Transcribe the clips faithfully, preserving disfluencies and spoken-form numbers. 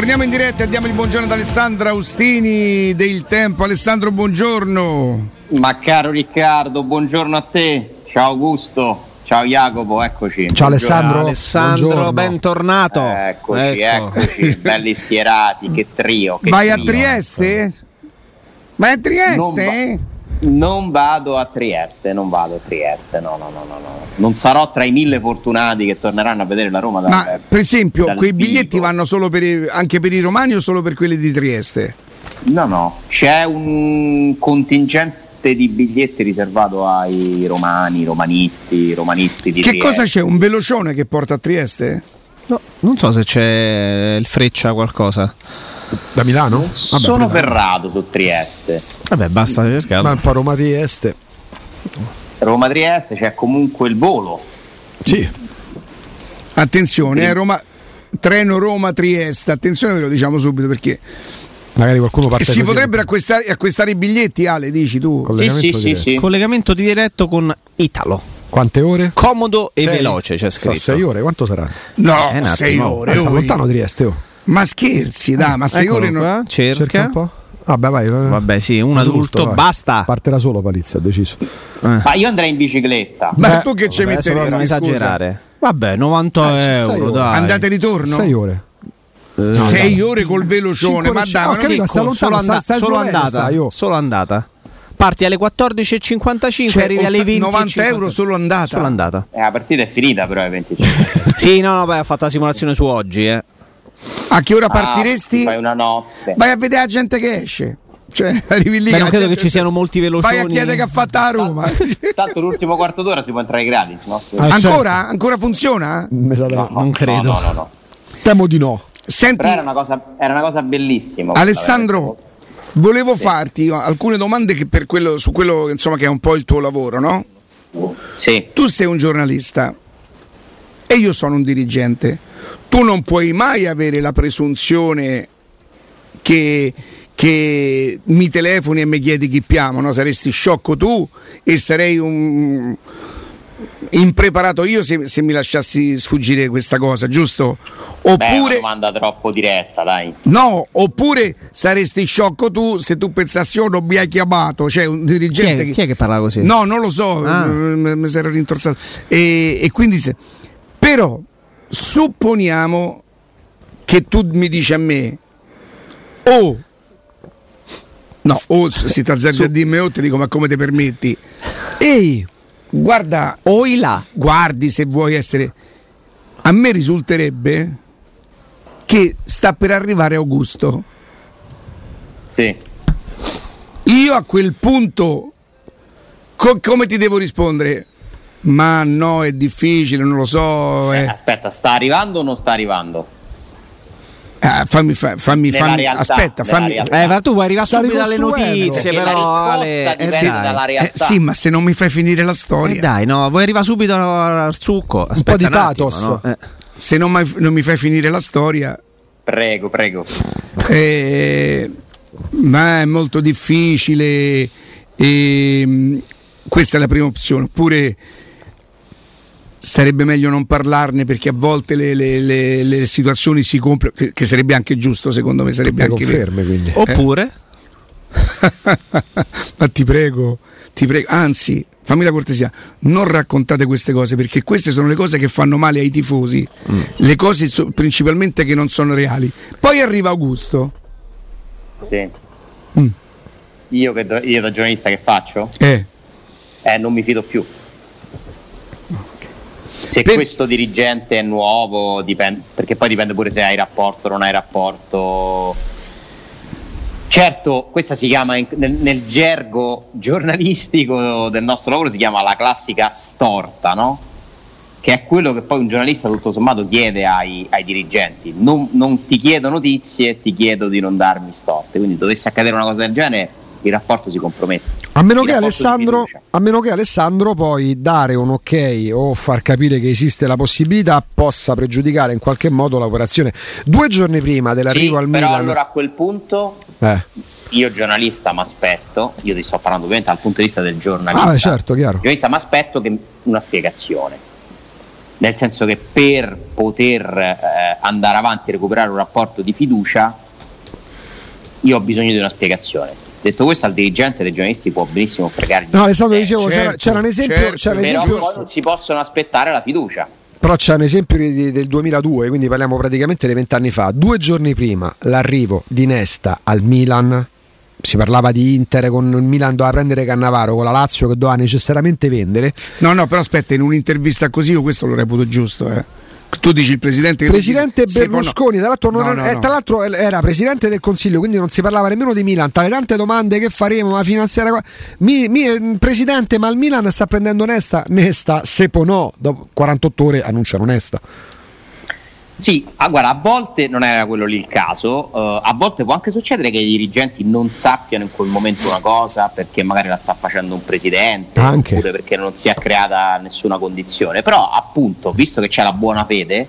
Torniamo in diretta e diamo il buongiorno ad Alessandro Austini del Tempo. Alessandro, buongiorno. Ma caro Riccardo, buongiorno a te. Ciao Augusto. Ciao Jacopo, eccoci. Ciao Alessandro. Alessandro, buongiorno. Bentornato. Eccoci, ecco. eccoci, belli schierati, che trio. Che Vai trio. a Trieste? Vai a Trieste? Non, va- non vado a Trieste, non vado a Trieste, no, no, no, no, no. Non sarò tra i mille fortunati che torneranno a vedere la Roma. Da, Ma per esempio, quei vivo. biglietti vanno solo per i, anche per i romani o solo per quelli di Trieste? No, no, c'è un contingente di biglietti riservato ai romani, romanisti, romanisti di Che Trieste. cosa c'è? Un velocione che porta a Trieste? No, non so se c'è il Freccia qualcosa. Da Milano? Vabbè, sono ferrato su Trieste. Vabbè, basta cercare. Ma un po' Roma Trieste. Roma Trieste c'è comunque il volo. Sì. Attenzione, eh, Roma, treno Roma Trieste. Attenzione, ve lo diciamo subito perché magari qualcuno parte. Si potrebbero acquistare, acquistare i biglietti, Ale, dici tu? Sì, sì, sì, sì. Collegamento diretto con Italo. Quante ore? Comodo e sei. veloce, c'è scritto. So, sei ore, quanto sarà? No, eh, sei no. ore. Sta lontano Trieste, oh. Ma scherzi, dai, ma sei Eccolo ore non... qua, cerca. Cerca un po'. Vabbè, vai, vai. Vabbè, sì, un adulto, vai. Basta. Partirà solo Palizzi, ha deciso. Eh. Ma io andrei in bicicletta. Ma tu che ci Vabbè, metteresti, non esagerare. Vabbè, novanta Eh, euro, dai. Andate e ritorno? sei ore. No, sei dai. ore col velocione, ma dai, no, ma non... capito, sta lontano, solo, and- sta, sta solo Slovenia, andata, sta, io. solo andata. Parti alle quattordici e cinquantacinque, Cioè, arrivi alle venti. novanta euro solo andata. Solo andata. Eh, la partita è finita però alle venticinque. Sì, no, no, beh, ho fatto la simulazione su oggi, eh. A che ora partiresti? Ah, fai una notte. Vai a vedere la gente che esce. Cioè, arrivi lì. Beh, non credo gente... che ci siano molti velocioni. Vai a chiedere che ha fatto a Roma. Tanto, tanto l'ultimo quarto d'ora si può entrare gratis, no? Ah, Ancora? certo. Ancora funziona? Mi sa No, non credo. No, no, no. Temo di no. Senti, Però era una cosa, era una cosa bellissima. Alessandro, volevo sì. farti alcune domande che per quello, su quello insomma, che è un po' il tuo lavoro, no? Sì. Tu sei un giornalista e io sono un dirigente. Tu non puoi mai avere la presunzione che, che mi telefoni e mi chiedi chi piamo, no? Saresti sciocco tu e sarei un impreparato io se, se mi lasciassi sfuggire questa cosa, giusto? Oppure Beh, è una domanda troppo diretta, dai. No, oppure saresti sciocco tu se tu pensassi oh non mi hai chiamato, cioè un dirigente chi è, che... chi è che parla così? No, non lo so, ah. m- mi sarò rintorsato e, e quindi se... però supponiamo che tu mi dici a me oh no, o si t'azzardi Su... a dirmi oh ti dico ma come ti permetti? Ehi, guarda, o là, guardi se vuoi essere. A me risulterebbe che sta per arrivare Augusto. Sì. Io a quel punto co- come ti devo rispondere? Ma no, è difficile, non lo so. Eh, eh. Aspetta, sta arrivando o non sta arrivando? Eh, fammi, fa- fammi, fammi realtà, aspetta, fammi. Eh, ma tu vuoi arrivare Sta subito alle notizie, perché però la Ale, risposta dipende eh, dalla realtà. Eh, sì, ma se non mi fai finire la storia. Eh, dai, no, vuoi arrivare subito al succo? Aspetta un po' di un attimo, pathos. no? eh. Se non, mai, non mi fai finire la storia. Prego, prego. Eh, ma è molto difficile. E, questa è la prima opzione. Oppure sarebbe meglio non parlarne perché a volte le, le, le, le situazioni si complicano, che, che sarebbe anche giusto, secondo me sarebbe le anche conferme, quindi. Oppure ma ti prego, ti prego, anzi fammi la cortesia, non raccontate queste cose perché queste sono le cose che fanno male ai tifosi, mm. le cose so, principalmente che non sono reali. Poi arriva Augusto. Sì. Mm. Io, che, io da giornalista che faccio? Eh. Eh, non mi fido più. Se per... questo dirigente è nuovo, dipende, perché poi dipende pure se hai rapporto o non hai rapporto. Certo, questa si chiama nel, nel gergo giornalistico del nostro lavoro si chiama la classica storta, no? Che è quello che poi un giornalista tutto sommato chiede ai, ai dirigenti. Non, non ti chiedo notizie, ti chiedo di non darmi storte. Quindi dovesse accadere una cosa del genere, il rapporto si compromette. A meno, che Alessandro, a meno che Alessandro poi dare un ok o far capire che esiste la possibilità possa pregiudicare in qualche modo l'operazione. Due giorni prima dell'arrivo sì, al però Milan. Allora a quel punto eh. io giornalista mi aspetto, io ti sto parlando ovviamente dal punto di vista del giornalista. Ah, certo, chiaro. Giornalista mi aspetto che una spiegazione. nel senso che per poter eh, andare avanti e recuperare un rapporto di fiducia io ho bisogno di una spiegazione. Detto questo, al dirigente dei giornalisti può benissimo fregargli. No, Alessandro, eh, dicevo, certo, c'era, c'era un esempio, certo, c'era un però esempio poi non si possono aspettare la fiducia. Però c'è un esempio di, del duemiladue, quindi parliamo praticamente di vent'anni fa. Due giorni prima l'arrivo di Nesta al Milan, si parlava di Inter, con il Milan doveva prendere Cannavaro, con la Lazio che doveva necessariamente vendere. No, no, però aspetta, in un'intervista così io questo lo reputo giusto, eh. Tu dici il presidente che Presidente dice, Berlusconi, no, tra l'altro, non no, era, no, eh, no. tra l'altro era presidente del Consiglio, quindi non si parlava nemmeno di Milan. Tra le tante domande che faremo, la finanziaria, mi, mi, presidente, ma il Milan sta prendendo Nesta? Nesta, Sepo no, dopo quarantotto ore annunciano Nesta. Sì, ah, guarda, a volte non era quello lì il caso, uh, a volte può anche succedere che i dirigenti non sappiano in quel momento una cosa perché magari la sta facendo un presidente, Anche. oppure perché non si è creata nessuna condizione, però appunto, visto che c'è la buona fede,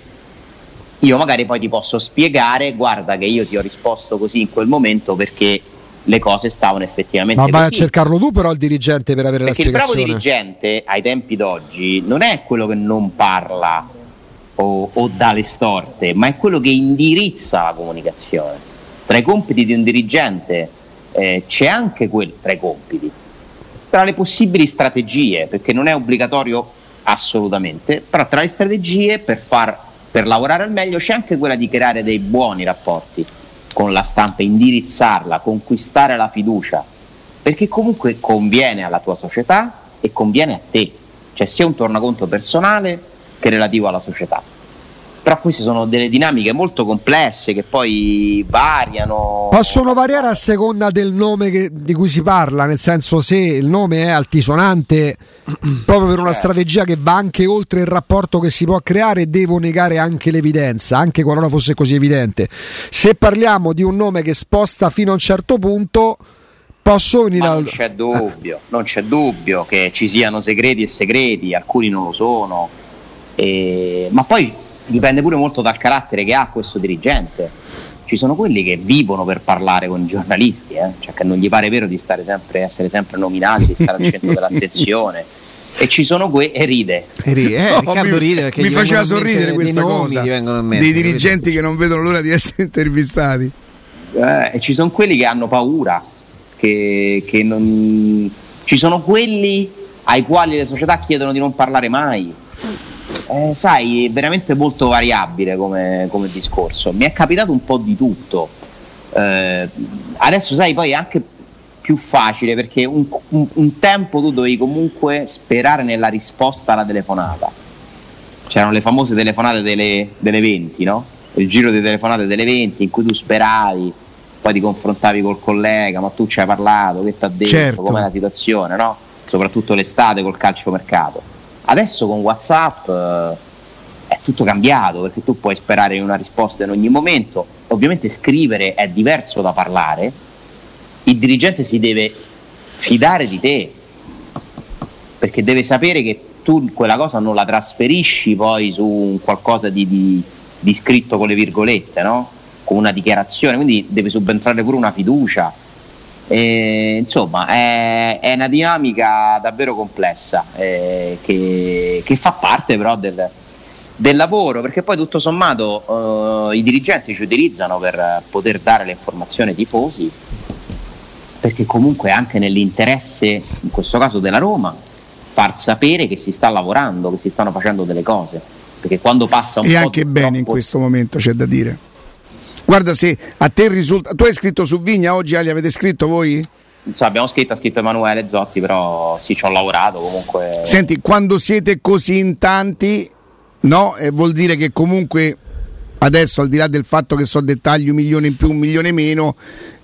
io magari poi ti posso spiegare, guarda che io ti ho risposto così in quel momento perché le cose stavano effettivamente Ma vai così. a cercarlo tu però il dirigente per avere Perché la il bravo spiegazione. dirigente ai tempi d'oggi non è quello che non parla o, o dà le storte, ma è quello che indirizza la comunicazione. Tra i compiti di un dirigente eh, c'è anche quello, tra i compiti, tra le possibili strategie, perché non è obbligatorio assolutamente, però tra le strategie per, far, per lavorare al meglio c'è anche quella di creare dei buoni rapporti con la stampa, indirizzarla, conquistare la fiducia, perché comunque conviene alla tua società e conviene a te, cioè sia un tornaconto personale che relativo alla società. Però queste sono delle dinamiche molto complesse che poi variano. Possono variare a seconda del nome che, di cui si parla, nel senso, se il nome è altisonante proprio per una Eh. strategia che va anche oltre il rapporto che si può creare, devo negare anche l'evidenza, anche qualora fosse così evidente. Se parliamo di un nome che sposta fino a un certo punto, posso venire Ma al... non c'è dubbio, non c'è dubbio che ci siano segreti e segreti, alcuni non lo sono, e... ma poi dipende pure molto dal carattere che ha questo dirigente. Ci sono quelli che vivono per parlare con i giornalisti, eh? Cioè che non gli pare vero di stare sempre, essere sempre nominati, di stare al centro dell'attenzione. E ci sono quelli e ride. E ride, eh, No, Riccardo mi, ride perché mi gli faceva vengono in mente sorridere questa dei nomi, cosa gli vengono in mente, dei capito? dirigenti che non vedono l'ora di essere intervistati. Eh, e ci sono quelli che hanno paura, che, che non... ci sono quelli ai quali le società chiedono di non parlare mai. Eh, sai, è veramente molto variabile come, come discorso. Mi è capitato un po' di tutto. Eh, adesso sai, poi è anche più facile perché un, un, un tempo tu dovevi comunque sperare nella risposta alla telefonata. C'erano le famose telefonate delle, delle venti, no? Il giro di telefonate delle venti in cui tu speravi, poi ti confrontavi col collega, ma tu ci hai parlato, che ti ha detto, Certo. com'è la situazione, no? Soprattutto l'estate col calciomercato. Adesso con WhatsApp eh, è tutto cambiato, perché tu puoi sperare in una risposta in ogni momento. Ovviamente scrivere è diverso da parlare. Il dirigente si deve fidare di te, perché deve sapere che tu quella cosa non la trasferisci poi su un qualcosa di, di, di scritto con le virgolette, no? Con una dichiarazione, quindi deve subentrare pure una fiducia. E, insomma è, è una dinamica davvero complessa, eh, che, che fa parte però del, del lavoro, perché poi tutto sommato eh, i dirigenti ci utilizzano per poter dare le informazioni ai tifosi, perché comunque è anche nell'interesse, in questo caso della Roma, far sapere che si sta lavorando, che si stanno facendo delle cose, perché quando passa un E po' anche di bene in troppo- questo momento, c'è da dire. Guarda, se a te risulta. Tu hai scritto su Vigna oggi, Ali, avete scritto voi? Insomma, abbiamo scritto, ha scritto Emanuele Zotti, però sì, ci ho lavorato comunque. Senti, quando siete così in tanti, no? Eh, vuol dire che comunque adesso, al di là del fatto che so dettagli un milione in più, un milione meno,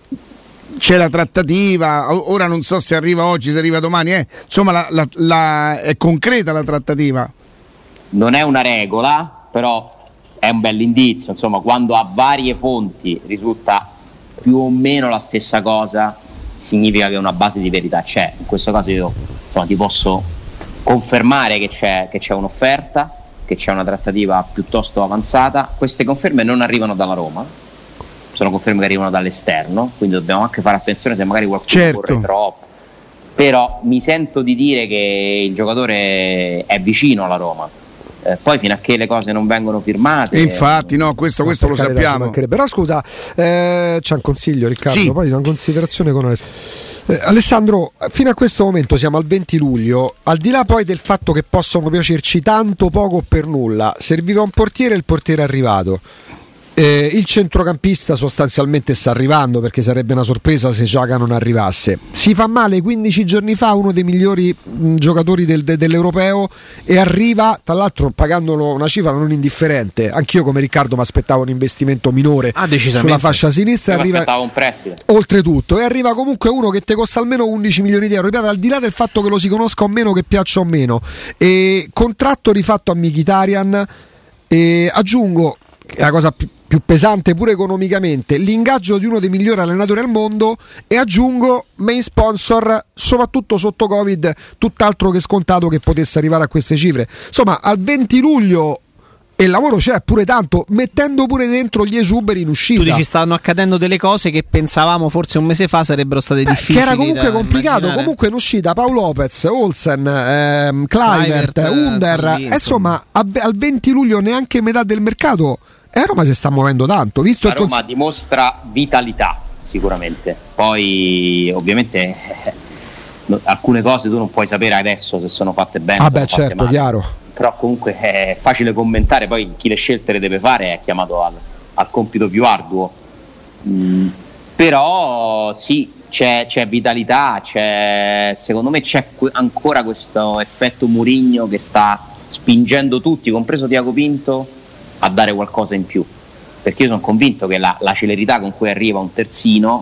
c'è la trattativa. O- ora non so se arriva oggi, se arriva domani, eh. Insomma, la, la, la, è concreta la trattativa. Non è una regola, però è un bell'indizio, insomma, quando a varie fonti risulta più o meno la stessa cosa, significa che una base di verità c'è. In questo caso io, insomma, ti posso confermare che c'è, che c'è un'offerta, che c'è una trattativa piuttosto avanzata. Queste conferme non arrivano dalla Roma, sono conferme che arrivano dall'esterno, quindi dobbiamo anche fare attenzione se magari qualcuno Certo. corre troppo. Però mi sento di dire che il giocatore è vicino alla Roma, Eh, poi fino a che le cose non vengono firmate, e infatti no, questo, no, questo lo sappiamo. Però scusa, eh, c'è un consiglio, Riccardo, sì. Poi una considerazione con Alessandro. Eh, Alessandro, fino a questo momento siamo al venti luglio, al di là poi del fatto che possono piacerci tanto, poco o per nulla, serviva un portiere e il portiere è arrivato. Eh, il centrocampista sostanzialmente sta arrivando, perché sarebbe una sorpresa se Xhaka non arrivasse. Si fa male quindici giorni fa uno dei migliori mh, giocatori del, de, dell'europeo e arriva, tra l'altro pagandolo una cifra non indifferente. Anch'io come Riccardo mi aspettavo un investimento minore ah, sulla fascia sinistra. Mi arriva aspettavo un prestito. Oltretutto, e arriva comunque uno che ti costa almeno undici milioni di euro, ripeto, al di là del fatto che lo si conosca o meno, che piaccia o meno. E contratto rifatto a Mkhitaryan, e aggiungo la cosa più più pesante pure economicamente, l'ingaggio di uno dei migliori allenatori al mondo, e aggiungo main sponsor, soprattutto sotto Covid, tutt'altro che scontato che potesse arrivare a queste cifre. Insomma, al venti luglio e il lavoro c'è pure tanto, mettendo pure dentro gli esuberi in uscita. Tu dici stanno accadendo delle cose che pensavamo forse un mese fa sarebbero state Beh, difficili, che era comunque complicato, immaginare. comunque in uscita Paul Lopez, Olsen, ehm, Kluivert, Kluivert, Under, Sallì, eh, insomma a, al venti luglio neanche metà del mercato. E Roma si sta muovendo tanto, visto la il Roma cons- dimostra vitalità sicuramente, poi ovviamente eh, no, alcune cose tu non puoi sapere adesso se sono fatte bene. Ah o beh, sono fatte certo, male. chiaro. Però comunque è facile commentare, poi chi le scelte le deve fare è chiamato al, al compito più arduo. Mm, però sì, c'è, c'è vitalità, c'è, secondo me c'è que- ancora questo effetto Mourinho che sta spingendo tutti, compreso Tiago Pinto, a dare qualcosa in più, perché io sono convinto che la, la celerità con cui arriva un terzino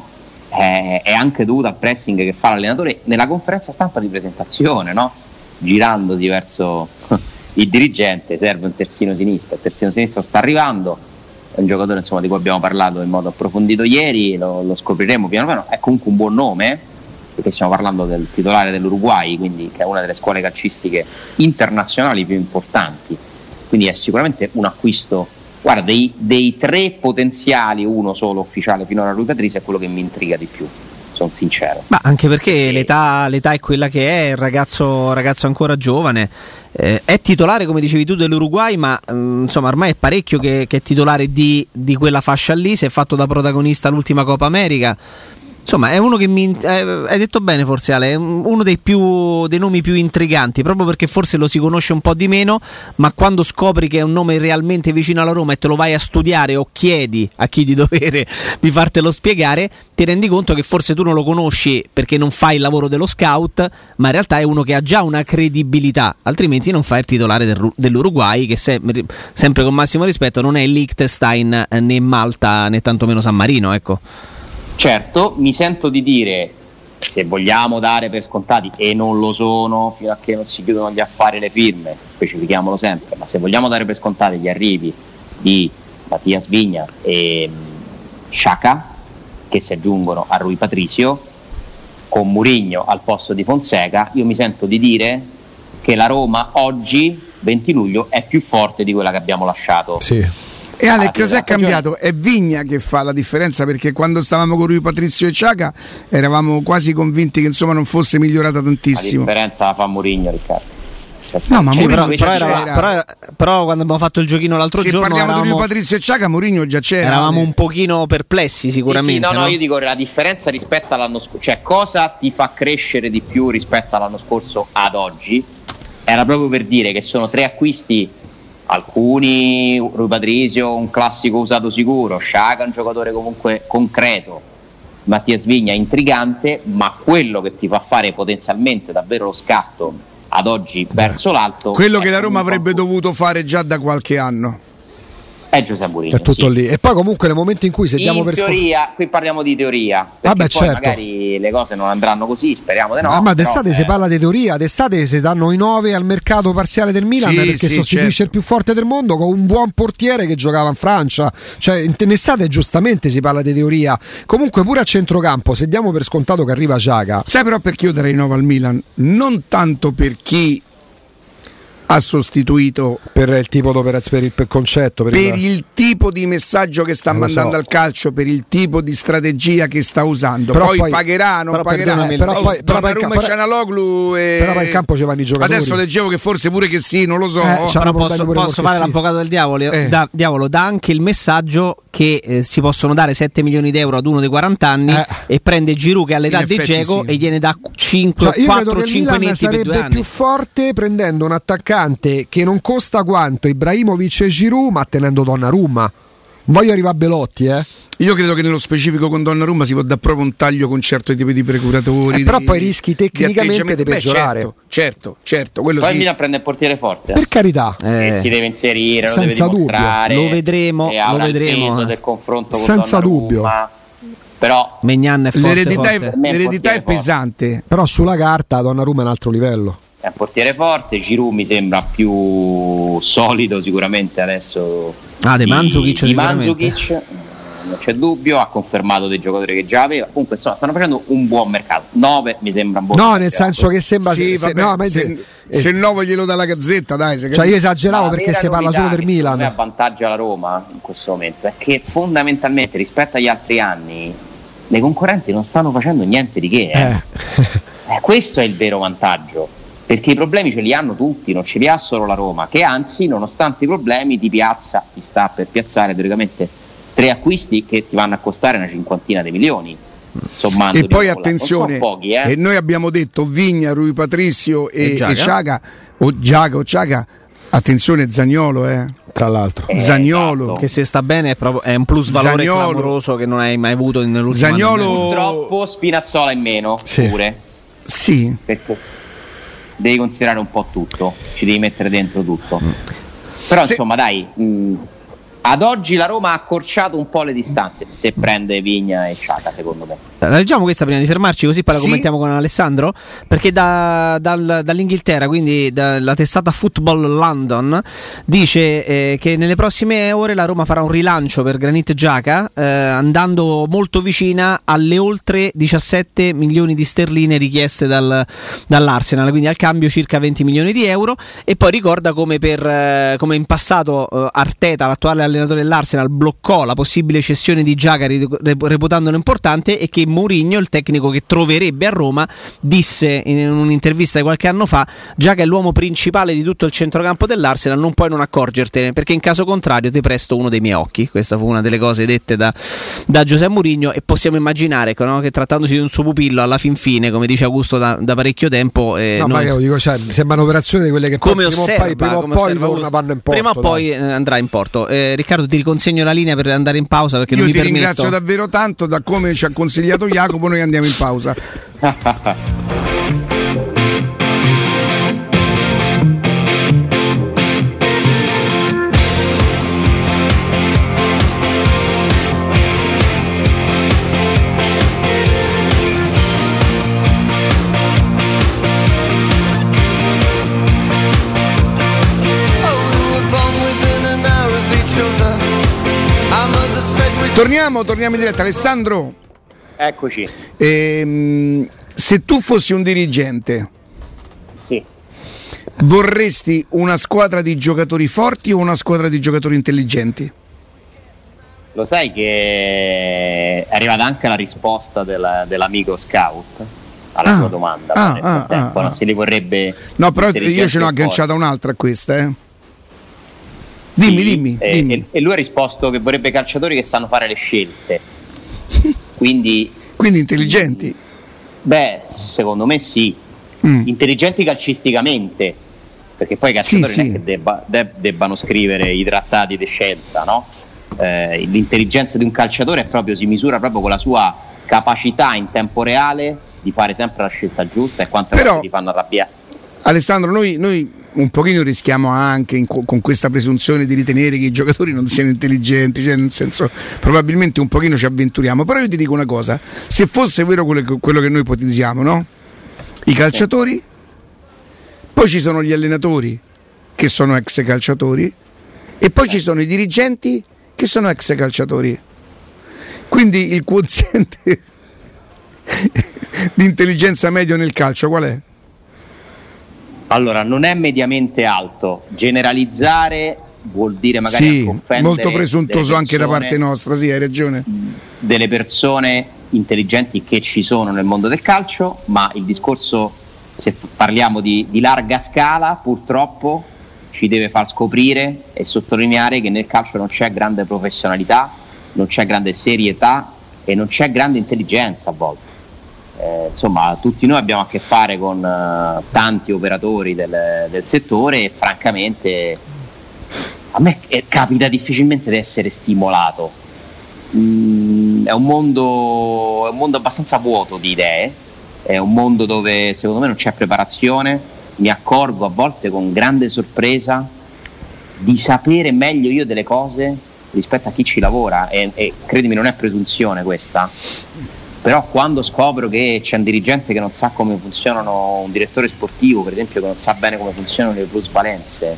è, è anche dovuta al pressing che fa l'allenatore nella conferenza stampa di presentazione, no? Girandosi verso il dirigente, serve un terzino sinistro, il terzino sinistro sta arrivando, è un giocatore insomma di cui abbiamo parlato in modo approfondito ieri, lo, lo scopriremo piano piano, è comunque un buon nome, perché stiamo parlando del titolare dell'Uruguay, quindi che è una delle scuole calcistiche internazionali più importanti, quindi è sicuramente un acquisto. Guarda, dei, dei tre potenziali, uno solo ufficiale finora a Rui Patricio è quello che mi intriga di più, sono sincero. Ma anche perché l'età, l'età è quella che è, il ragazzo, ragazzo ancora giovane, eh, è titolare come dicevi tu dell'Uruguay, ma mh, insomma ormai è parecchio che, che è titolare di, di quella fascia lì, si è fatto da protagonista l'ultima Coppa America. Insomma, è uno che mi. Eh, hai detto bene, forse Ale, è uno dei più dei nomi più intriganti, proprio perché forse lo si conosce un po' di meno, ma quando scopri che è un nome realmente vicino alla Roma e te lo vai a studiare o chiedi a chi di dovere di fartelo spiegare, ti rendi conto che forse tu non lo conosci perché non fai il lavoro dello scout, ma in realtà è uno che ha già una credibilità, altrimenti non fai il titolare del, dell'Uruguay, che se, sempre con massimo rispetto non è Liechtenstein né Malta né tantomeno San Marino, ecco. Certo, mi sento di dire, se vogliamo dare per scontati, e non lo sono fino a che non si chiudono gli affari e le firme, specifichiamolo sempre, ma se vogliamo dare per scontati gli arrivi di Mattias Vigna e Xhaka, che si aggiungono a Rui Patricio, con Mourinho al posto di Fonseca, io mi sento di dire che la Roma oggi, venti luglio, è più forte di quella che abbiamo lasciato. Sì. E Ale, cosa è cambiato? È Vigna che fa la differenza, perché quando stavamo con Rui Patricio e Xhaka eravamo quasi convinti che insomma non fosse migliorata tantissimo. La differenza la fa Mourinho, Riccardo. No, ma sì, Mourinho però, già però, c'era. era, però, però quando abbiamo fatto il giochino l'altro Se giorno parliamo eravamo, di Rui Patricio e Xhaka, Mourinho già c'era. Eravamo un pochino perplessi sicuramente. Sì, sì, no, no, no, io dico la differenza rispetto all'anno scorso, cioè cosa ti fa crescere di più rispetto all'anno scorso ad oggi, era proprio per dire che sono tre acquisti, alcuni Rui Patricio un classico usato sicuro, Xhaka un giocatore comunque concreto, Mattias Vigna intrigante, ma quello che ti fa fare potenzialmente davvero lo scatto ad oggi verso l'alto, quello che la Roma avrebbe dovuto fare già da qualche anno, è Giuseppe Mourinho. È tutto sì. lì. E poi comunque nel momento in cui se diamo in per teoria, scop- qui parliamo di teoria, perché Vabbè, poi certo. magari le cose non andranno così, speriamo di no. Ah, ma d'estate però, si eh, parla di teoria, d'estate si danno i nove al mercato parziale del Milan, Sì, perché sì, sostituisce certo. il più forte del mondo con un buon portiere che giocava in Francia. Cioè in estate giustamente si parla di teoria. Comunque pure a centrocampo, se diamo per scontato che arriva Xhaka. sai però perché io darei nove al Milan? Non tanto per chi ha sostituito per il tipo d'operazione, per il, per il concetto, per, per il... il tipo di messaggio che sta Non lo mandando so. al calcio, per il tipo di strategia che sta usando. Però Poi, poi- pagherà, non però pagherà. perdonami, però Oh, poi- però poi- Donnarumma e però- Cianaloglu e... però poi in campo c'erano i giocatori. Adesso leggevo che forse pure che sì, non lo so. Eh, c'ha- Però Hanno posso, problemi pure posso col fare che sì. l'avvocato del diavolo, Eh. da, diavolo, dà anche il messaggio che eh, si possono dare sette milioni di euro ad uno dei quaranta anni Eh. e prende Giroud che ha l'età In di effetti Dzeko sì. e gliene dà cinque, Cioè, io credo quattro che il cinque Milan netti per due sarebbe anni. più forte prendendo un attaccante che non costa quanto Ibrahimovic e Giroud, ma tenendo Donnarumma. Voglio arrivare a Belotti, eh. Io credo che nello specifico con Donnarumma si può dare proprio un taglio con certi tipi di procuratori. Eh, però di- poi rischi di tecnicamente atteggiamenti. di Beh, peggiorare. certo, certo, certo, quello Poi il sì. Milan prende il portiere forte. Per carità. Eh, E si deve inserire, lo deve senza dubbio. dimostrare. Lo vedremo, e avrà lo il vedremo, peso eh. del confronto con Senza Donnarumma. dubbio. Però Megnan è forte, L'eredità, forte. è, Me l'eredità è portiere forte. pesante. Però sulla carta Donnarumma è un altro livello. è un portiere forte. Giroud mi sembra più solido sicuramente adesso. Ah, De di- Mandzukic di sicuramente. Mandzukic, eh, non c'è dubbio, ha confermato dei giocatori che già aveva. Comunque insomma stanno facendo un buon mercato. nove mi sembra un buon No, mercato. nel senso che sembra Sì, se, vabbè, no, ma- se, eh, se il nuovo glielo dà la Gazzetta, dai. Se cioè io esageravo Ma la perché vera si parla novità solo del che secondo me Milan. avvantaggia la Roma in questo momento è che fondamentalmente rispetto agli altri anni le concorrenti non stanno facendo niente di che. eh. Eh. Eh, questo è il vero vantaggio, perché i problemi ce li hanno tutti, non ce li ha solo la Roma, che anzi nonostante i problemi ti piazza, ti sta per piazzare teoricamente tre acquisti che ti vanno a costare una cinquantina di milioni. Sommando E di poi nuovo, attenzione, non sono pochi, eh. e noi abbiamo detto Vigna, Rui Patricio e, E e Giaga. Sciaga, o Giaga o Sciaga, attenzione Zaniolo, eh. Tra l'altro. Eh, Zaniolo. esatto. Che se sta bene è, proprio, è un plus valore Zaniolo. clamoroso che non hai mai avuto nell'ultimo Zaniolo- anno. Purtroppo Spinazzola in meno Sì. pure, Sì, perché devi considerare un po' tutto, ci devi mettere dentro tutto. Però Se- insomma dai, mh, ad oggi la Roma ha accorciato un po' le distanze se prende Vigna e Sciaca, secondo me. La leggiamo questa prima di fermarci, così poi la Sì. commentiamo con Alessandro. Perché da- dal- dall'Inghilterra, quindi dalla testata Football London, dice eh, che nelle prossime ore la Roma farà un rilancio per Granit Xhaka, eh, andando molto vicina alle oltre diciassette milioni di sterline richieste dal- dall'Arsenal, quindi al cambio circa venti milioni di euro. E poi ricorda come, per, eh, come in passato eh, Arteta, l'attuale allenatore dell'Arsenal, bloccò la possibile cessione di Xhaka ri- reputandolo importante, e che Mourinho, il tecnico che troverebbe a Roma, disse in un'intervista di qualche anno fa: Xhaka è l'uomo principale di tutto il centrocampo dell'Arsenal, non puoi non accorgertene, perché in caso contrario ti presto uno dei miei occhi. Questa fu una delle cose dette da, da Giuseppe Mourinho, e possiamo immaginare ecco, no, che trattandosi di un suo pupillo, alla fin fine, come dice Augusto da, da parecchio tempo, eh, No, noi- ma io dico, cioè, sembra un'operazione di quelle che come poi prima o osserva, poi, prima o come poi osserva torna Augusto. vanno in porto. prima o poi dai. eh, andrà in porto. Eh, Riccardo, ti riconsegno la linea per andare in pausa, perché io non ti mi permetto. ringrazio davvero tanto, da come ci ha consigliato Jacopo noi andiamo in pausa. Torniamo, torniamo in diretta. Alessandro, Eccoci, ehm, se tu fossi un dirigente, sì. vorresti una squadra di giocatori forti o una squadra di giocatori intelligenti? Lo sai che è arrivata anche la risposta della- dell'amico Scout alla Ah, tua domanda, ah, ma nel ah, frattempo ah, non ah. si li vorrebbe. No, però io intelligenti ce n'ho e agganciata forti. un'altra a questa, eh. Dimmi, Sì, dimmi, e, dimmi. e- e lui ha risposto che vorrebbe calciatori che sanno fare le scelte. Quindi, Quindi intelligenti. beh, secondo me sì. Mm. Intelligenti calcisticamente, perché poi i calciatori Sì, non è sì. che debba- de- debbano scrivere i trattati di scienza, no? Eh, l'intelligenza di un calciatore è proprio, si misura proprio con la sua capacità in tempo reale di fare sempre la scelta giusta e quante Però- volte ti fanno arrabbiare. Alessandro, noi, noi un pochino rischiamo anche in co- con questa presunzione di ritenere che i giocatori non siano intelligenti, cioè nel senso probabilmente un pochino ci avventuriamo, però io ti dico una cosa, se fosse vero quello che, quello che noi ipotizziamo, no? I calciatori, poi ci sono gli allenatori che sono ex calciatori e poi ci sono i dirigenti che sono ex calciatori. Quindi il quoziente di intelligenza medio nel calcio qual è? Allora, non è mediamente alto. Generalizzare vuol dire magari sì, offendere molto presuntuoso persone, anche da parte nostra, sì, hai ragione. Delle persone intelligenti che ci sono nel mondo del calcio, ma il discorso, se parliamo di, di larga scala, purtroppo ci deve far scoprire e sottolineare che nel calcio non c'è grande professionalità, non c'è grande serietà e non c'è grande intelligenza a volte. Eh, insomma, tutti noi abbiamo a che fare con uh, tanti operatori del, del settore e francamente a me eh, capita difficilmente di essere stimolato. Mm, è un mondo, è un mondo abbastanza vuoto di idee, è un mondo dove secondo me non c'è preparazione. Mi accorgo a volte con grande sorpresa di sapere meglio io delle cose rispetto a chi ci lavora e, e credimi, non è presunzione questa, però quando scopro che c'è un dirigente che non sa come funzionano, un direttore sportivo per esempio che non sa bene come funzionano le plusvalenze,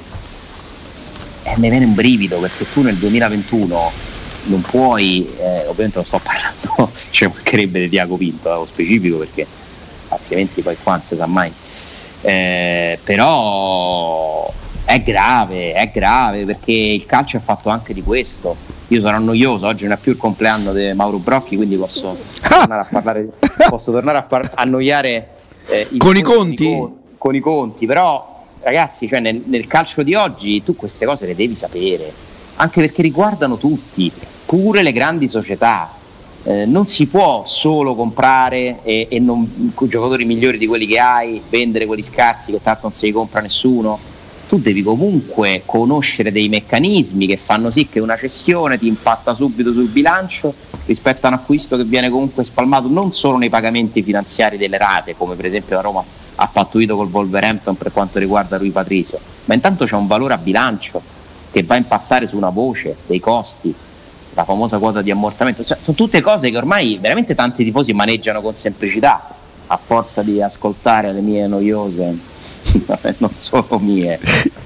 e mi viene un brivido, perché tu nel duemilaventuno non puoi, eh, ovviamente non sto parlando, ci mancherebbe di Tiago Pinto, lo specifico, perché altrimenti poi qua non si sa mai. Eh, però è grave, è grave perché il calcio è fatto anche di questo. Io sono annoioso, oggi non è più il compleanno di Mauro Brocchi, quindi posso tornare a parlare, posso tornare a par- annoiare eh, i con i conti con, con i conti, però ragazzi, cioè nel, nel calcio di oggi tu queste cose le devi sapere, anche perché riguardano tutti, pure le grandi società. Eh, non si può solo comprare e, e non, giocatori migliori di quelli che hai, vendere quelli scarsi che tanto non se li compra nessuno. Tu devi comunque conoscere dei meccanismi che fanno sì che una cessione ti impatta subito sul bilancio rispetto a un acquisto che viene comunque spalmato non solo nei pagamenti finanziari delle rate, come per esempio la Roma ha pattuito col Wolverhampton per quanto riguarda Rui Patricio, ma intanto c'è un valore a bilancio che va a impattare su una voce dei costi, la famosa quota di ammortamento. Cioè, sono tutte cose che ormai veramente tanti tifosi maneggiano con semplicità a forza di ascoltare le mie noiose non solo mie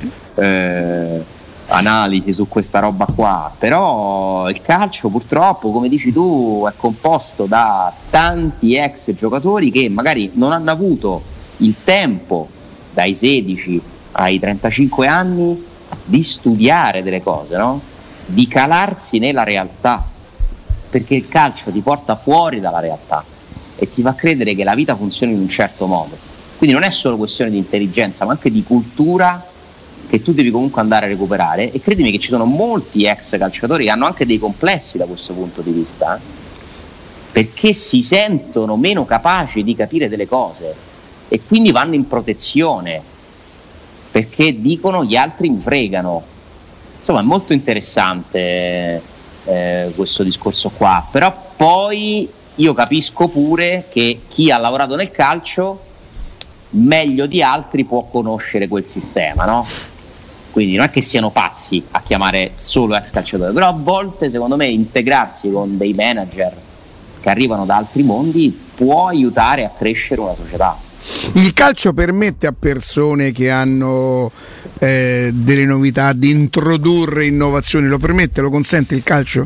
eh, analisi su questa roba qua. Però il calcio purtroppo, come dici tu, è composto da tanti ex giocatori che magari non hanno avuto il tempo dai sedici ai trentacinque anni di studiare delle cose, no? Di calarsi nella realtà, perché il calcio ti porta fuori dalla realtà e ti fa credere che la vita funzioni in un certo modo. Quindi non è solo questione di intelligenza, ma anche di cultura che tu devi comunque andare a recuperare, e credimi che ci sono molti ex calciatori che hanno anche dei complessi da questo punto di vista, eh? Perché si sentono meno capaci di capire delle cose e quindi vanno in protezione perché dicono gli altri mi fregano. Insomma, è molto interessante eh, questo discorso qua, però poi io capisco pure che chi ha lavorato nel calcio meglio di altri può conoscere quel sistema, no? Quindi non è che siano pazzi a chiamare solo ex calciatori, però a volte secondo me integrarsi con dei manager che arrivano da altri mondi può aiutare a crescere una società. Il calcio permette a persone che hanno eh, delle novità di introdurre innovazioni, lo permette, lo consente il calcio?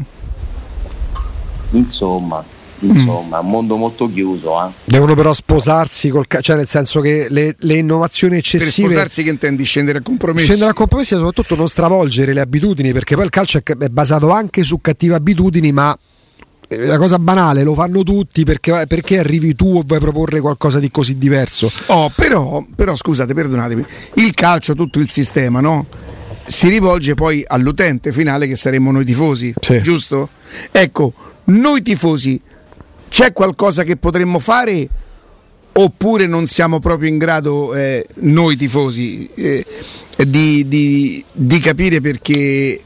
Insomma, insomma, è un mondo molto chiuso. Eh. Devono però sposarsi col calcio, cioè nel senso che le, le innovazioni eccessive. Per sposarsi che intendi? Scendere a compromessi? Scendere a compromessi e soprattutto non stravolgere le abitudini, perché poi il calcio è, è basato anche su cattive abitudini, ma la cosa banale lo fanno tutti, perché, perché arrivi tu e vuoi proporre qualcosa di così diverso. Oh, però, però scusate, perdonatemi, il calcio, tutto il sistema, no? Si rivolge poi all'utente finale che saremmo noi tifosi, sì. Giusto? Ecco, noi tifosi c'è qualcosa che potremmo fare oppure non siamo proprio in grado eh, noi tifosi eh, di, di, di capire, perché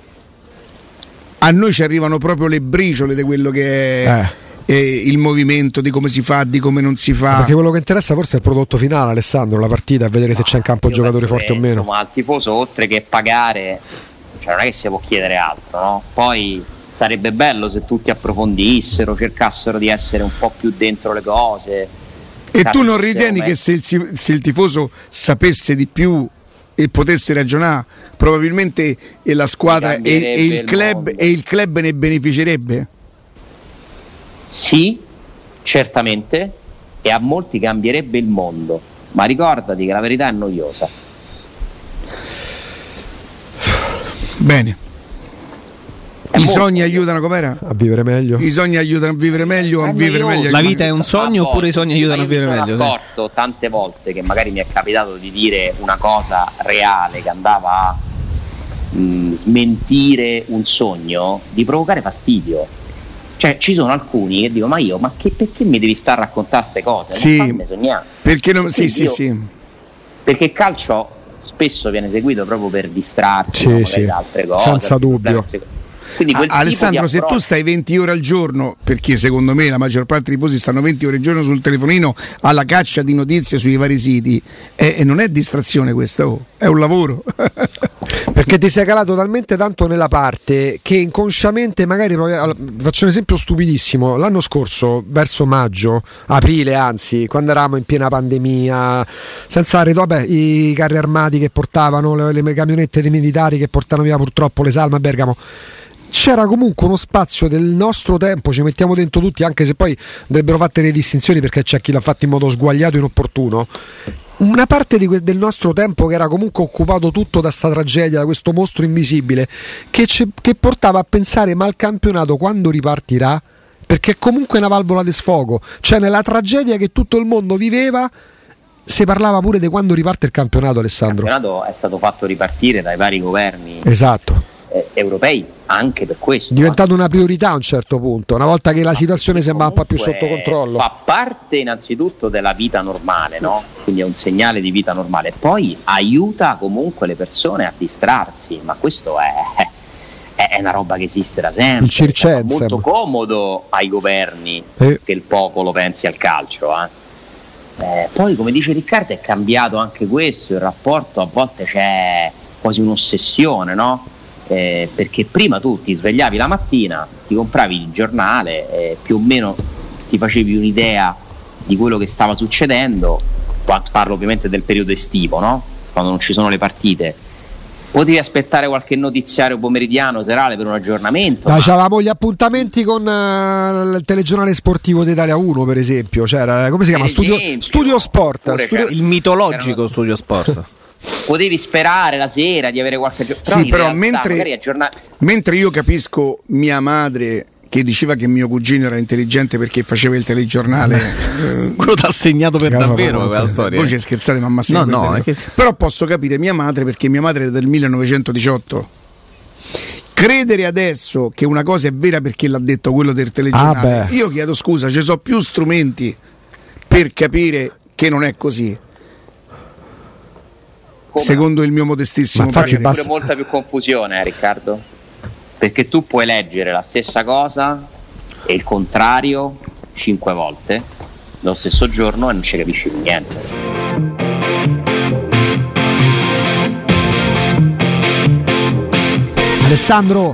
a noi ci arrivano proprio le briciole di quello che è eh. eh, il movimento, di come si fa, di come non si fa. Perché quello che interessa forse è il prodotto finale, Alessandro, la partita, a vedere no, se c'è in campo giocatori forti o meno. Ma al tifoso, oltre che pagare, cioè non è che si può chiedere altro, no? Poi sarebbe bello se tutti approfondissero, cercassero di essere un po' più dentro le cose. E tu non ritieni che se il, se il tifoso sapesse di più e potesse ragionare, probabilmente e la squadra e, e, il club, e il club ne beneficerebbe? Sì, certamente, e a molti cambierebbe il mondo, ma ricordati che la verità è noiosa. Bene. I sogni aiutano, com'era? A vivere meglio. I sogni aiutano a vivere meglio o a vivere meglio? La vita è un sogno oppure i sogni aiutano a vivere meglio? Mi sono accorto tante volte che magari mi è capitato di dire una cosa reale che andava a mh, smentire un sogno, di provocare fastidio. Cioè ci sono alcuni che dico ma io ma che, perché mi devi stare a raccontare queste cose? Sì, non fammi sognare. Perché non, sì, sì, io, sì. Perché il calcio spesso viene seguito proprio per distrarsi, sì, no? sì. da altre cose. Senza dubbio. Quindi quel Ah, Alessandro, se approccio... tu stai venti ore al giorno, perché secondo me la maggior parte dei tifosi stanno venti ore al giorno sul telefonino alla caccia di notizie sui vari siti, e, e non è distrazione questa, oh, è un lavoro. Perché ti sei calato talmente tanto nella parte che inconsciamente magari, faccio un esempio stupidissimo, l'anno scorso verso maggio, aprile anzi, quando eravamo in piena pandemia, senza reto, vabbè, i carri armati che portavano le, le camionette dei militari che portano via purtroppo le salme a Bergamo, c'era comunque uno spazio del nostro tempo, ci mettiamo dentro tutti, anche se poi andrebbero fatte le distinzioni perché c'è chi l'ha fatto in modo sguagliato e inopportuno, una parte di que- del nostro tempo che era comunque occupato tutto da sta tragedia, da questo mostro invisibile che, che portava a pensare ma il campionato quando ripartirà, perché è comunque una valvola di sfogo, cioè nella tragedia che tutto il mondo viveva si parlava pure di quando riparte il campionato. Alessandro, il campionato è stato fatto ripartire dai vari governi, esatto, eh, europei anche per questo. È diventato una priorità a un certo punto, una volta che la situazione sembra un po' più sotto controllo. Fa parte innanzitutto della vita normale, no? Quindi è un segnale di vita normale. Poi aiuta comunque le persone a distrarsi, ma questo è, è una roba che esiste da sempre. Il circense. È molto comodo ai governi eh. che il popolo pensi al calcio, eh. Eh, poi come dice Riccardo è cambiato anche questo, il rapporto, a volte c'è quasi un'ossessione, no? Eh, perché prima tu ti svegliavi la mattina, ti compravi il giornale, eh, più o meno ti facevi un'idea di quello che stava succedendo, parlo ovviamente del periodo estivo, no? Quando non ci sono le partite, potevi aspettare qualche notiziario pomeridiano, serale per un aggiornamento. Ma c'avevamo gli appuntamenti con uh, il telegiornale sportivo d'Italia uno, per esempio, c'era, come si chiama? Studio, esempio, Studio Sport, Studio... il mitologico erano... Studio Sport. Potevi sperare la sera di avere qualche giorno. Sì, però, però mentre, aggiorna... mentre io capisco mia madre che diceva che mio cugino era intelligente perché faceva il telegiornale, eh, quello t'ha segnato per no, davvero quella storia. Voi c'è scherzate, mamma no, no, che... però posso capire mia madre perché mia madre è del millenovecentodiciotto. Credere adesso che una cosa è vera perché l'ha detto quello del telegiornale, ah, io chiedo scusa, ci sono più strumenti per capire che non è così. Come? Secondo il mio modestissimo parere. Ma basta... c'è pure molta più confusione, eh, Riccardo, perché tu puoi leggere la stessa cosa e il contrario cinque volte lo stesso giorno e non ci capisci più niente. Alessandro,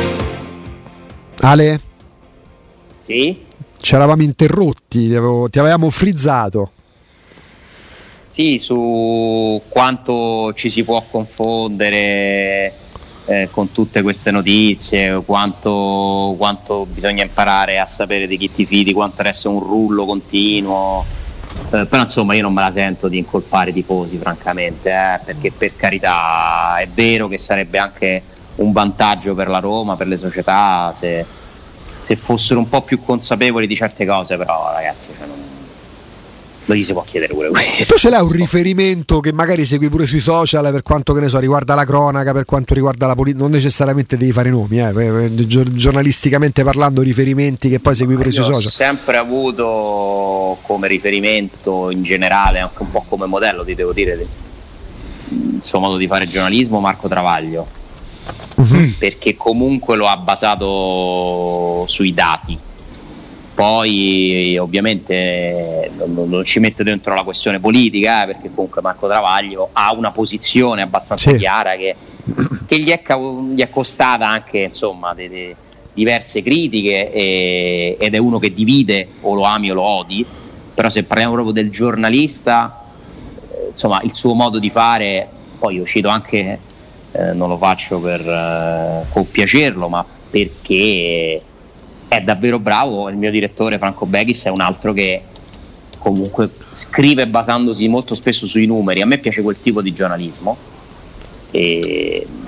Ale, sì? Ci eravamo interrotti, ti, avevo, ti avevamo frizzato. Sì, su quanto ci si può confondere eh, con tutte queste notizie, quanto, quanto bisogna imparare a sapere di chi ti fidi, quanto deve essere un rullo continuo, eh, però insomma io non me la sento di incolpare i tifosi francamente, eh, perché per carità è vero che sarebbe anche un vantaggio per la Roma, per le società, se, se fossero un po' più consapevoli di certe cose, però ragazzi, cioè non lo gli si può chiedere pure questo. Tu ce l'hai un riferimento che magari segui pure sui social per quanto, che ne so, riguarda la cronaca, per quanto riguarda la politica? Non necessariamente devi fare nomi, eh, giornalisticamente parlando, riferimenti che poi segui pure sui social. Ho sempre avuto come riferimento in generale, anche un po' come modello, ti devo dire, il suo modo di fare giornalismo, Marco Travaglio, uh-huh. perché comunque lo ha basato sui dati. Poi ovviamente non, non ci mette dentro la questione politica, eh, perché comunque Marco Travaglio ha una posizione abbastanza sì. chiara che, che gli, è, gli è costata anche insomma de, de diverse critiche, e, ed è uno che divide, o lo ami o lo odi. Però se parliamo proprio del giornalista, eh, insomma il suo modo di fare, poi io cito anche, eh, non lo faccio per eh, compiacerlo, ma perché è davvero bravo. Il mio direttore Franco Beghis è un altro che comunque scrive basandosi molto spesso sui numeri. A me piace quel tipo di giornalismo, e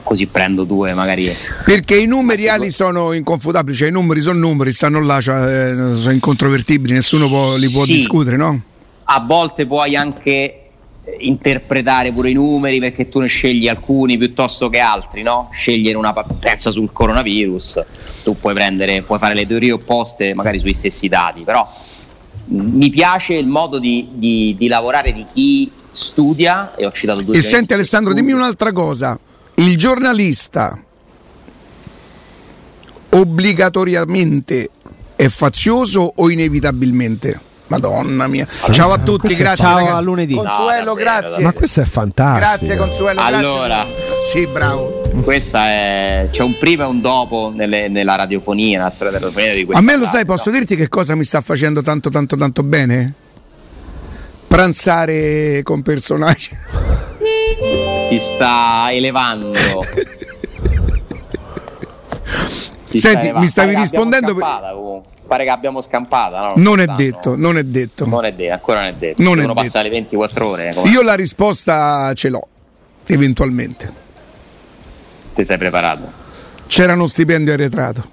così prendo due magari. Perché i numeri ali sono inconfutabili, cioè i numeri sono numeri, stanno là, cioè, sono incontrovertibili, nessuno può, li può sì, discutere, no? A volte puoi anche interpretare pure i numeri perché tu ne scegli alcuni piuttosto che altri, no? Scegliere una pensa sul coronavirus, tu puoi prendere, puoi fare le teorie opposte magari sui stessi dati, però mi piace il modo di, di, di lavorare di chi studia, e ho citato due. E senti Alessandro, dimmi un'altra cosa, il giornalista obbligatoriamente è fazioso o inevitabilmente? Madonna mia. Sì, ciao a tutti, grazie. Ciao, ragazzi. a lunedì. Consuelo, no, grazie. Ma questo è fantastico. Grazie Consuelo, allora, grazie. Sì, bravo. Questa è, c'è un prima e un dopo nelle, nella radiofonia, nella storia della radiofonia di questa. A me lo parte, sai, posso no? dirti che cosa mi sta facendo tanto tanto tanto bene? Pranzare con personaggi. Ti sta elevando. Ti Senti, sta elevando. mi stavi Pare rispondendo che abbiamo scampata, pare che abbiamo scampata, no? Non è Stanno. detto, non è detto. Non è detto, ancora non è detto. Non Devono è detto. passare le ventiquattro ore. Come... Io la risposta ce l'ho, eventualmente. Ti sei preparato? C'era uno stipendio arretrato.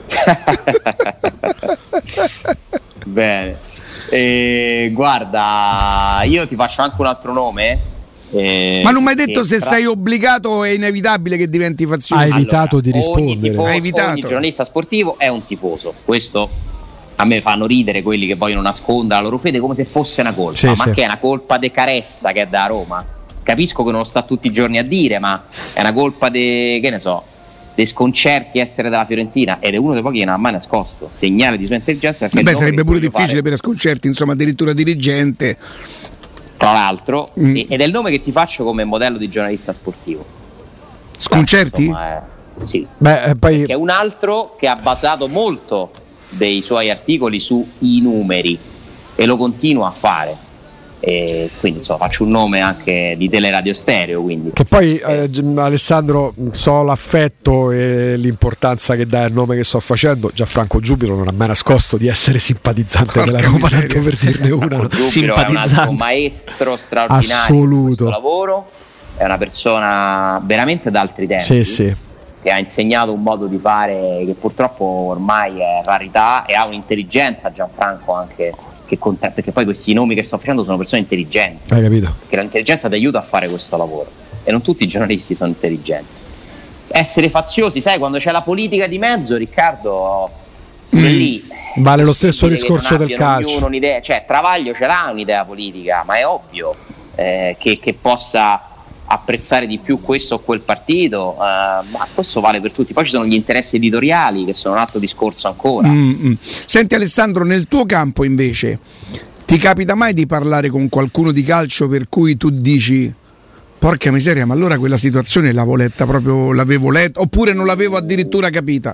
Bene. E, guarda, io ti faccio anche un altro nome. Eh, Ma non mi hai detto se tra... sei obbligato, è inevitabile che diventi fazioso. Hai evitato allora, di rispondere. Tifoso, Hai evitato. Ogni giornalista sportivo è un tifoso. Questo a me fanno ridere quelli che vogliono nascondere la loro fede come se fosse una colpa. Sì, ma sì. che è una colpa de Caressa che è da Roma? Capisco che non lo sta tutti i giorni a dire, ma è una colpa de, che ne so, dei sconcerti essere della Fiorentina, ed è uno dei pochi che non ha mai nascosto segnale di sua intelligenza. Beh, sarebbe pure difficile per sconcerti, insomma, addirittura dirigente. Tra l'altro, Mm. ed è il nome che ti faccio come modello di giornalista sportivo. Sconcerti? Insomma, è- sì. Beh, eh, poi Che è un altro che ha basato molto dei suoi articoli sui numeri e lo continua a fare. E quindi insomma, faccio un nome anche di Teleradio Stereo. Quindi. Che poi eh, G- Alessandro, so l'affetto e l'importanza che dà al nome che sto facendo. Gianfranco Giubilo non ha mai nascosto di essere simpatizzante Porca della Roma, miseria. tanto per dirne una. Giubilo è un altro simpatizzante. maestro straordinario Assoluto. di questo lavoro, è una persona veramente d'altri tempi. Sì, sì. Che ha insegnato un modo di fare che purtroppo ormai è rarità, e ha un'intelligenza Gianfranco anche che conta, perché poi questi nomi che sto facendo sono persone intelligenti, Hai capito? perché l'intelligenza ti aiuta a fare questo lavoro e non tutti i giornalisti sono intelligenti. Essere faziosi, sai, quando c'è la politica di mezzo, Riccardo, pure lì Vale è lo stesso possibile che discorso non del abbiano calcio. ognuno un'idea, cioè Travaglio ce l'ha un'idea politica, ma è ovvio eh, che, che possa apprezzare di più questo o quel partito, eh, ma questo vale per tutti. Poi ci sono gli interessi editoriali che sono un altro discorso ancora. Mm-mm. Senti Alessandro, nel tuo campo invece ti capita mai di parlare con qualcuno di calcio per cui tu dici porca miseria, ma allora quella situazione l'avevo letta proprio, l'avevo letta, oppure non l'avevo addirittura capita?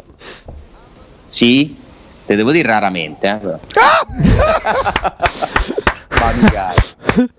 Sì, te devo dire raramente, eh, però. Ma mi capita.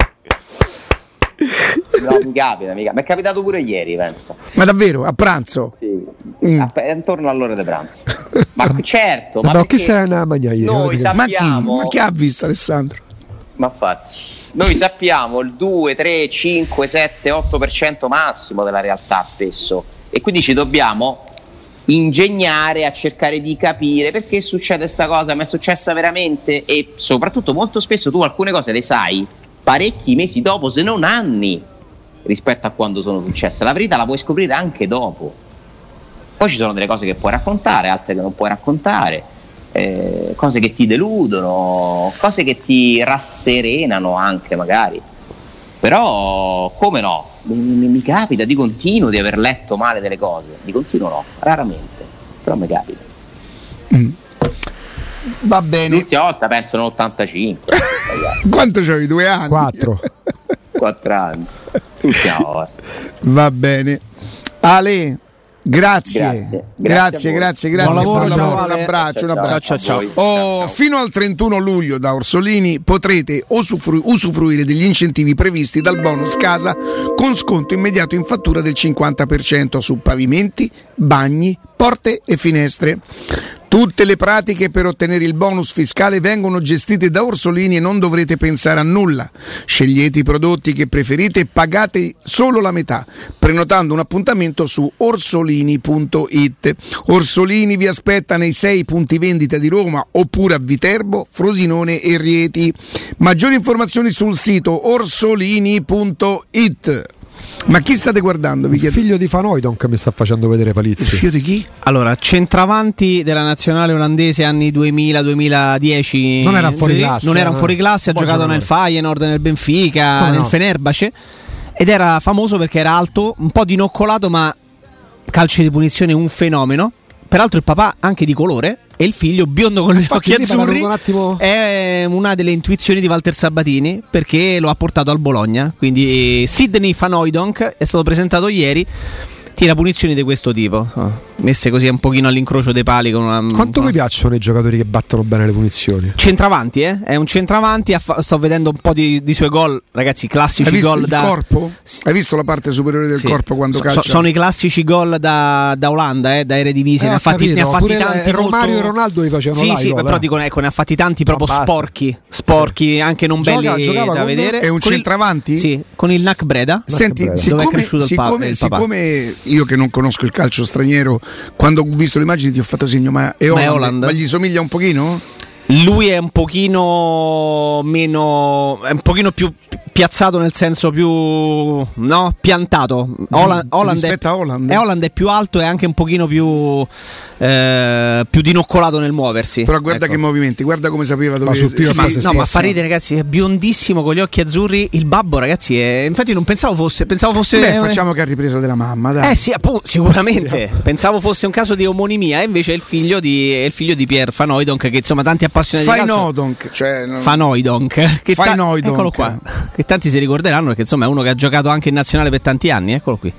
No, mi capita, mi capita. Mi è capitato pure ieri, penso. Ma davvero, a pranzo? Sì, Mm. App- intorno all'ora di pranzo. Ma certo, ma Vabbè, che perché sarà una magna ieri? noi guarda che- Ma chi? sappiamo, Ma chi ha visto Alessandro? ma infatti, noi sappiamo il due, tre, cinque, sette, otto per cento massimo della realtà spesso, e quindi ci dobbiamo ingegnare a cercare di capire perché succede sta cosa, ma è successa veramente, e soprattutto molto spesso tu alcune cose le sai parecchi mesi dopo, se non anni, rispetto a quando sono successe. La verità la puoi scoprire anche dopo. Poi ci sono delle cose che puoi raccontare, altre che non puoi raccontare, eh, cose che ti deludono, cose che ti rasserenano anche magari. Però, come no, mi, mi, mi capita di continuo di aver letto male delle cose, di continuo no, raramente, però mi capita. Mm. Va bene. L'ultima volta penso nell'ottantacinque, Quanto c'avevi? Due anni? Quattro. quattro anni, l'ultima volta. Va bene. Ale, grazie. Grazie. Grazie, Grazie a voi. grazie, grazie. Buon lavoro, Buon ciao, lavoro, un Ale. abbraccio, un Ciao, abbraccio. ciao, ciao. a voi. Oh, Ciao, ciao. fino al trentuno luglio da Orsolini potrete usufru- usufruire degli incentivi previsti dal bonus casa con sconto immediato in fattura del cinquanta per cento su pavimenti, bagni, porte e finestre. Tutte le pratiche per ottenere il bonus fiscale vengono gestite da Orsolini e non dovrete pensare a nulla. Scegliete i prodotti che preferite e pagate solo la metà, prenotando un appuntamento su orsolini punto it. Orsolini vi aspetta nei sei punti vendita di Roma oppure a Viterbo, Frosinone e Rieti. Maggiori informazioni sul sito orsolini punto it. Ma chi state guardando? Vi Il chiedo. figlio di Van Hooijdonk mi sta facendo vedere Il Palizzi. figlio di chi? Allora, centravanti della nazionale olandese anni duemila duemiladieci. Non era fuori classe, Non era un eh. fuori classe, ha Buon giocato giocatore. nel Feyenoord, nel Benfica, Come nel no? Fenerbahce ed era famoso perché era alto, un po' dinoccolato, ma calci di punizione un fenomeno. Peraltro il papà anche di colore e il figlio biondo con gli Infatti, occhi lì parlavo azzurri un attimo- è una delle intuizioni di Walter Sabatini perché lo ha portato al Bologna. Quindi Sidney Van Hooijdonk è stato presentato ieri, tira punizioni di questo tipo, oh, messe così un pochino all'incrocio dei pali con una, Quanto una... mi piacciono i giocatori che battono bene le punizioni? Centravanti, eh? È un centravanti. Affa- sto vedendo un po' di, di suoi gol, ragazzi. Hai Classici visto gol il da. corpo? Sì. Hai visto la parte superiore del Sì. corpo quando So- calcia? so- sono i classici gol da, da Olanda, eh, da Eredivisie. Eh, ne ha ho fatti, capito. ne ha fatti Pure tanti. Romario molto- e Ronaldo li facevano Sì, là, sì, i gol, però eh. dico, ecco, ne ha fatti tanti proprio basta. sporchi. Sporchi, anche non Gioca- belli giocava da con- vedere. È un Con il- centravanti? Sì, con il N A C Breda. Senti, Dove è siccome, cresciuto il pa- siccome- il papà. siccome io che non conosco il calcio straniero, quando ho visto le immagini ti ho fatto segno, ma è Ma è Holland? Holland? Ma gli somiglia un pochino? Lui è un pochino meno, è un pochino più piazzato, nel senso più, no, piantato. Holland, Holland rispetto è, a Holland? è Holland è più alto e anche un pochino più eh, più dinoccolato nel muoversi. Però guarda Ecco. che movimenti, guarda come sapeva dove sul più sì, a Ma, base no, stessa. ma fa ridere, ragazzi, è biondissimo con gli occhi azzurri. Il babbo, ragazzi, è, infatti non pensavo fosse pensavo fosse Beh, facciamo che ha ripreso della mamma, dai. Eh sì, appunto, sicuramente. Pensavo fosse un caso di omonimia, e invece è il figlio di, è il figlio di Pierre Van Hooijdonk, che insomma tanti appassionati di calcio. Fainodonk, cioè non- Van Hooijdonk, che ta- Fainooijdonk. eccolo qua, che tanti si ricorderanno perché insomma è uno che ha giocato anche in nazionale per tanti anni, eccolo qui.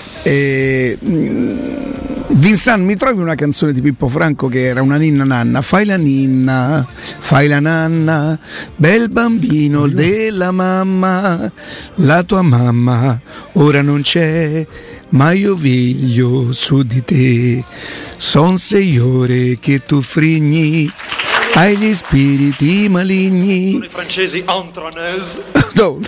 Eh, mm, Vincent, mi trovi una canzone di Pippo Franco che era una ninna nanna? Fai la ninna, fai la nanna, bel bambino della mamma, la tua mamma ora non c'è, ma io veglio su di te, son sei ore che tu frigni, hai gli spiriti maligni. I francesi entreneuse. No.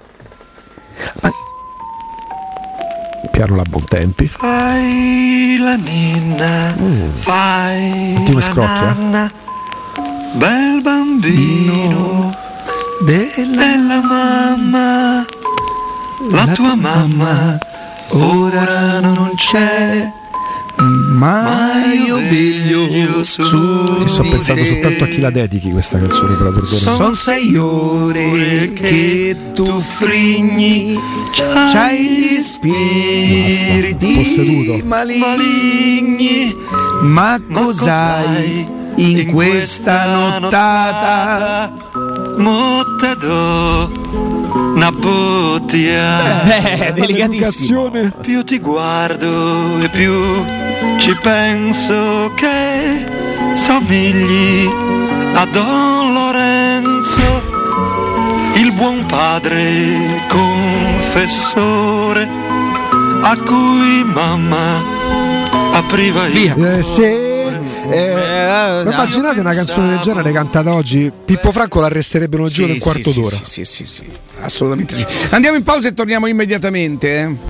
Piano la Bontempi. Fai la ninna, fai Continua la scrocchia. nanna, bel bambino Della della mamma, la, tua mamma ora non c'è, ma io veglio su E sto di pensando te. soltanto a chi la dedichi questa canzone, però perdona. Son sei ore che tu frigni, c'hai gli spiriti posseduto. maligni, ma cos'hai in questa nottata? Mo' do una bottiglia. Eh, delicatissimo. Educazione. Più ti guardo e più ci penso che somigli a Don Lorenzo, il buon padre confessore a cui mamma apriva il Via. Eh, sì. Eh, ma immaginate una canzone del genere cantata oggi, Pippo Franco la arresterebbero nel giro del quarto sì, d'ora. Sì, sì, sì, sì, assolutamente sì. Andiamo in pausa e torniamo immediatamente. Eh.